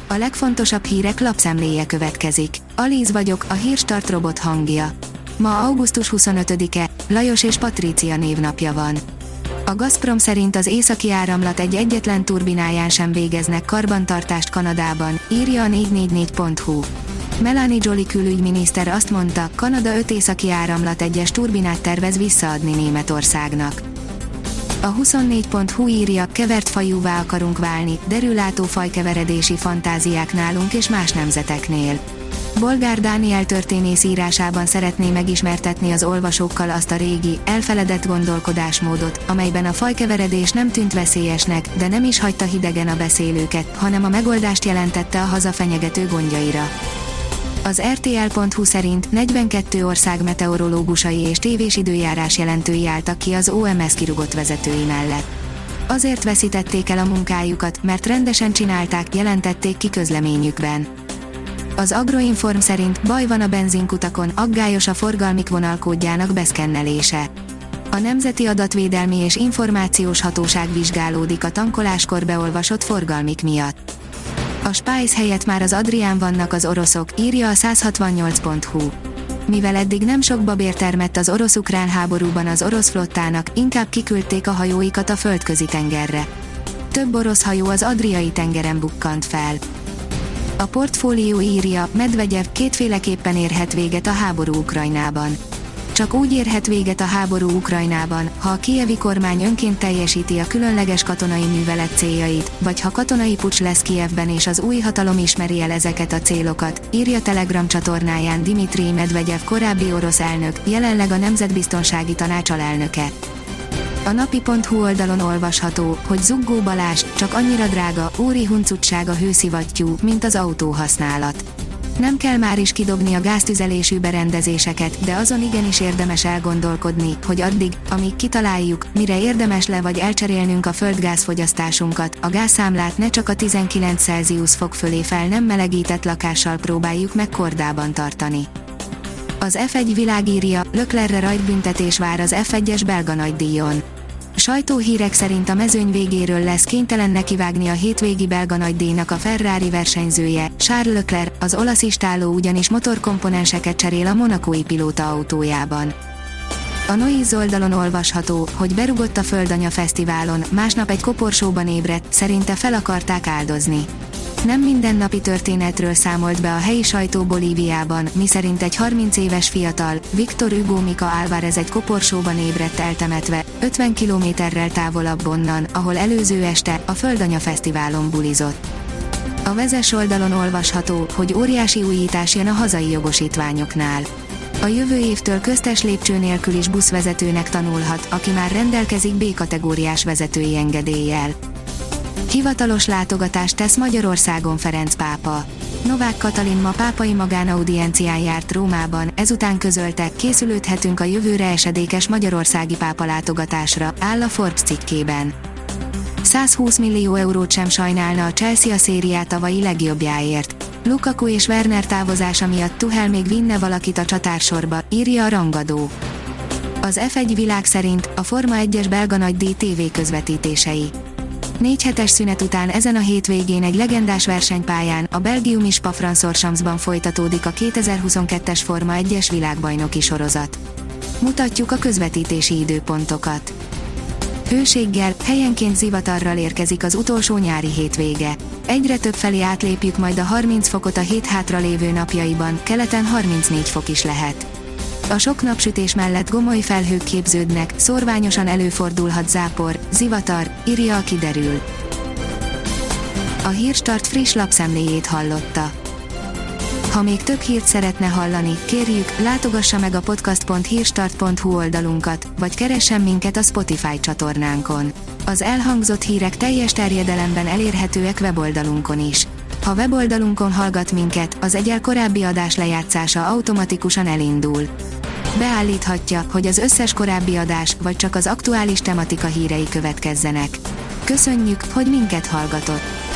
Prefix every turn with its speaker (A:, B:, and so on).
A: A legfontosabb hírek lapszemléje következik. Alíz vagyok, a Hírstart robot hangja. Ma augusztus 25-e, Lajos és Patrícia névnapja van. A Gazprom szerint az északi áramlat egyetlen turbináján sem végeznek karbantartást Kanadában, írja a 444.hu. Melanie Joly külügyminiszter azt mondta, Kanada 5 északi áramlat egyes turbinát tervez visszaadni Németországnak. A 24.hu írja, kevert fajúvá akarunk válni, derülátó fajkeveredési fantáziák nálunk és más nemzeteknél. Bolgár Dániel történész írásában szeretné megismertetni az olvasókkal azt a régi, elfeledett gondolkodásmódot, amelyben a fajkeveredés nem tűnt veszélyesnek, de nem is hagyta hidegen a beszélőket, hanem a megoldást jelentette a haza fenyegető gondjaira. Az RTL.hu szerint 42 ország meteorológusai és tévés időjárás jelentői álltak ki az OMS kirúgott vezetői mellett. Azért veszítették el a munkájukat, mert rendesen csinálták, jelentették ki közleményükben. Az Agroinform szerint baj van a benzinkutakon, aggályos a forgalmik vonalkódjának beszkennelése. A Nemzeti Adatvédelmi és Információs Hatóság vizsgálódik a tankoláskor beolvasott forgalmik miatt. A Spice helyett már az Adrián vannak az oroszok, írja a 168.hu. Mivel eddig nem sok babér termett az orosz-ukrán háborúban az orosz flottának, inkább kiküldték a hajóikat a földközi tengerre. Több orosz hajó az Adriai tengeren bukkant fel. A Portfólió írja, Medvegyev kétféleképpen érhet véget a háború Ukrajnában. Csak úgy érhet véget a háború Ukrajnában, ha a kijevi kormány önként teljesíti a különleges katonai művelet céljait, vagy ha katonai puccs lesz Kijevben és az új hatalom ismeri el ezeket a célokat, írja Telegram csatornáján Dmitrij Medvegyev korábbi orosz elnök, jelenleg a Nemzetbiztonsági Tanács alelnöke. A napi.hu oldalon olvasható, hogy Zuggó Balázs, csak annyira drága, óri huncutság a hőszivattyú, mint az autóhasználat. Nem kell már is kidobni a gáztüzelésű berendezéseket, de azon igenis érdemes elgondolkodni, hogy addig, amíg kitaláljuk, mire érdemes le vagy elcserélnünk a földgázfogyasztásunkat, a gázszámlát ne csak a 19 Celsius fok fölé fel nem melegített lakással próbáljuk meg kordában tartani. Az F1 világírja, Leclercre rajtbüntetés vár az F1-es belga nagydíjon. Sajtóhírek szerint a mezőny végéről lesz kénytelen nekivágni a hétvégi belga nagydíjnak a Ferrari versenyzője, Charles Leclerc, az olasz istálló ugyanis motorkomponenseket cserél a monacói pilóta autójában. A Noise oldalon olvasható, hogy berugott a Földanya Fesztiválon, másnap egy koporsóban ébredt, szerinte fel akarták áldozni. Nem mindennapi történetről számolt be a helyi sajtó Bolíviában, miszerint egy 30 éves fiatal, Victor Hugo Mika Álvarez egy koporsóban ébredt eltemetve, 50 kilométerrel távolabb onnan, ahol előző este a Földanya Fesztiválon bulizott. A Vezes oldalon olvasható, hogy óriási újítás jön a hazai jogosítványoknál. A jövő évtől köztes lépcső nélkül is buszvezetőnek tanulhat, aki már rendelkezik B-kategóriás vezetői engedéllyel. Hivatalos látogatást tesz Magyarországon Ferenc pápa. Novák Katalin ma pápai magánaudiencián járt Rómában, ezután közölte, készülődhetünk a jövőre esedékes magyarországi pápa látogatásra, áll a Forbes cikkében. 120 millió eurót sem sajnálna a Chelsea a szériá tavalyi legjobbjáért. Lukaku és Werner távozása miatt Tuchel még vinne valakit a csatársorba, írja a rangadó. Az F1 világ szerint a Forma 1-es belga nagydíj TV közvetítései. 4 hetes szünet után ezen a hétvégén egy legendás versenypályán, a belgiumi Spa-Francorchamps-ban folytatódik a 2022-es Forma 1-es világbajnoki sorozat. Mutatjuk a közvetítési időpontokat. Hőséggel, helyenként zivatarral érkezik az utolsó nyári hétvége. Egyre több felé átlépjük majd a 30 fokot a hét hátralévő napjaiban, keleten 34 fok is lehet. A sok napsütés mellett gomoly felhők képződnek, szórványosan előfordulhat zápor, zivatar, írja a Kiderül. A Hírstart friss lapszemléjét hallotta. Ha még több hírt szeretne hallani, kérjük, látogassa meg a podcast.hírstart.hu oldalunkat, vagy keressen minket a Spotify csatornánkon. Az elhangzott hírek teljes terjedelemben elérhetőek weboldalunkon is. Ha weboldalunkon hallgat minket, az egyel korábbi adás lejátszása automatikusan elindul. Beállíthatja, hogy az összes korábbi adás, vagy csak az aktuális tematika hírei következzenek. Köszönjük, hogy minket hallgatott!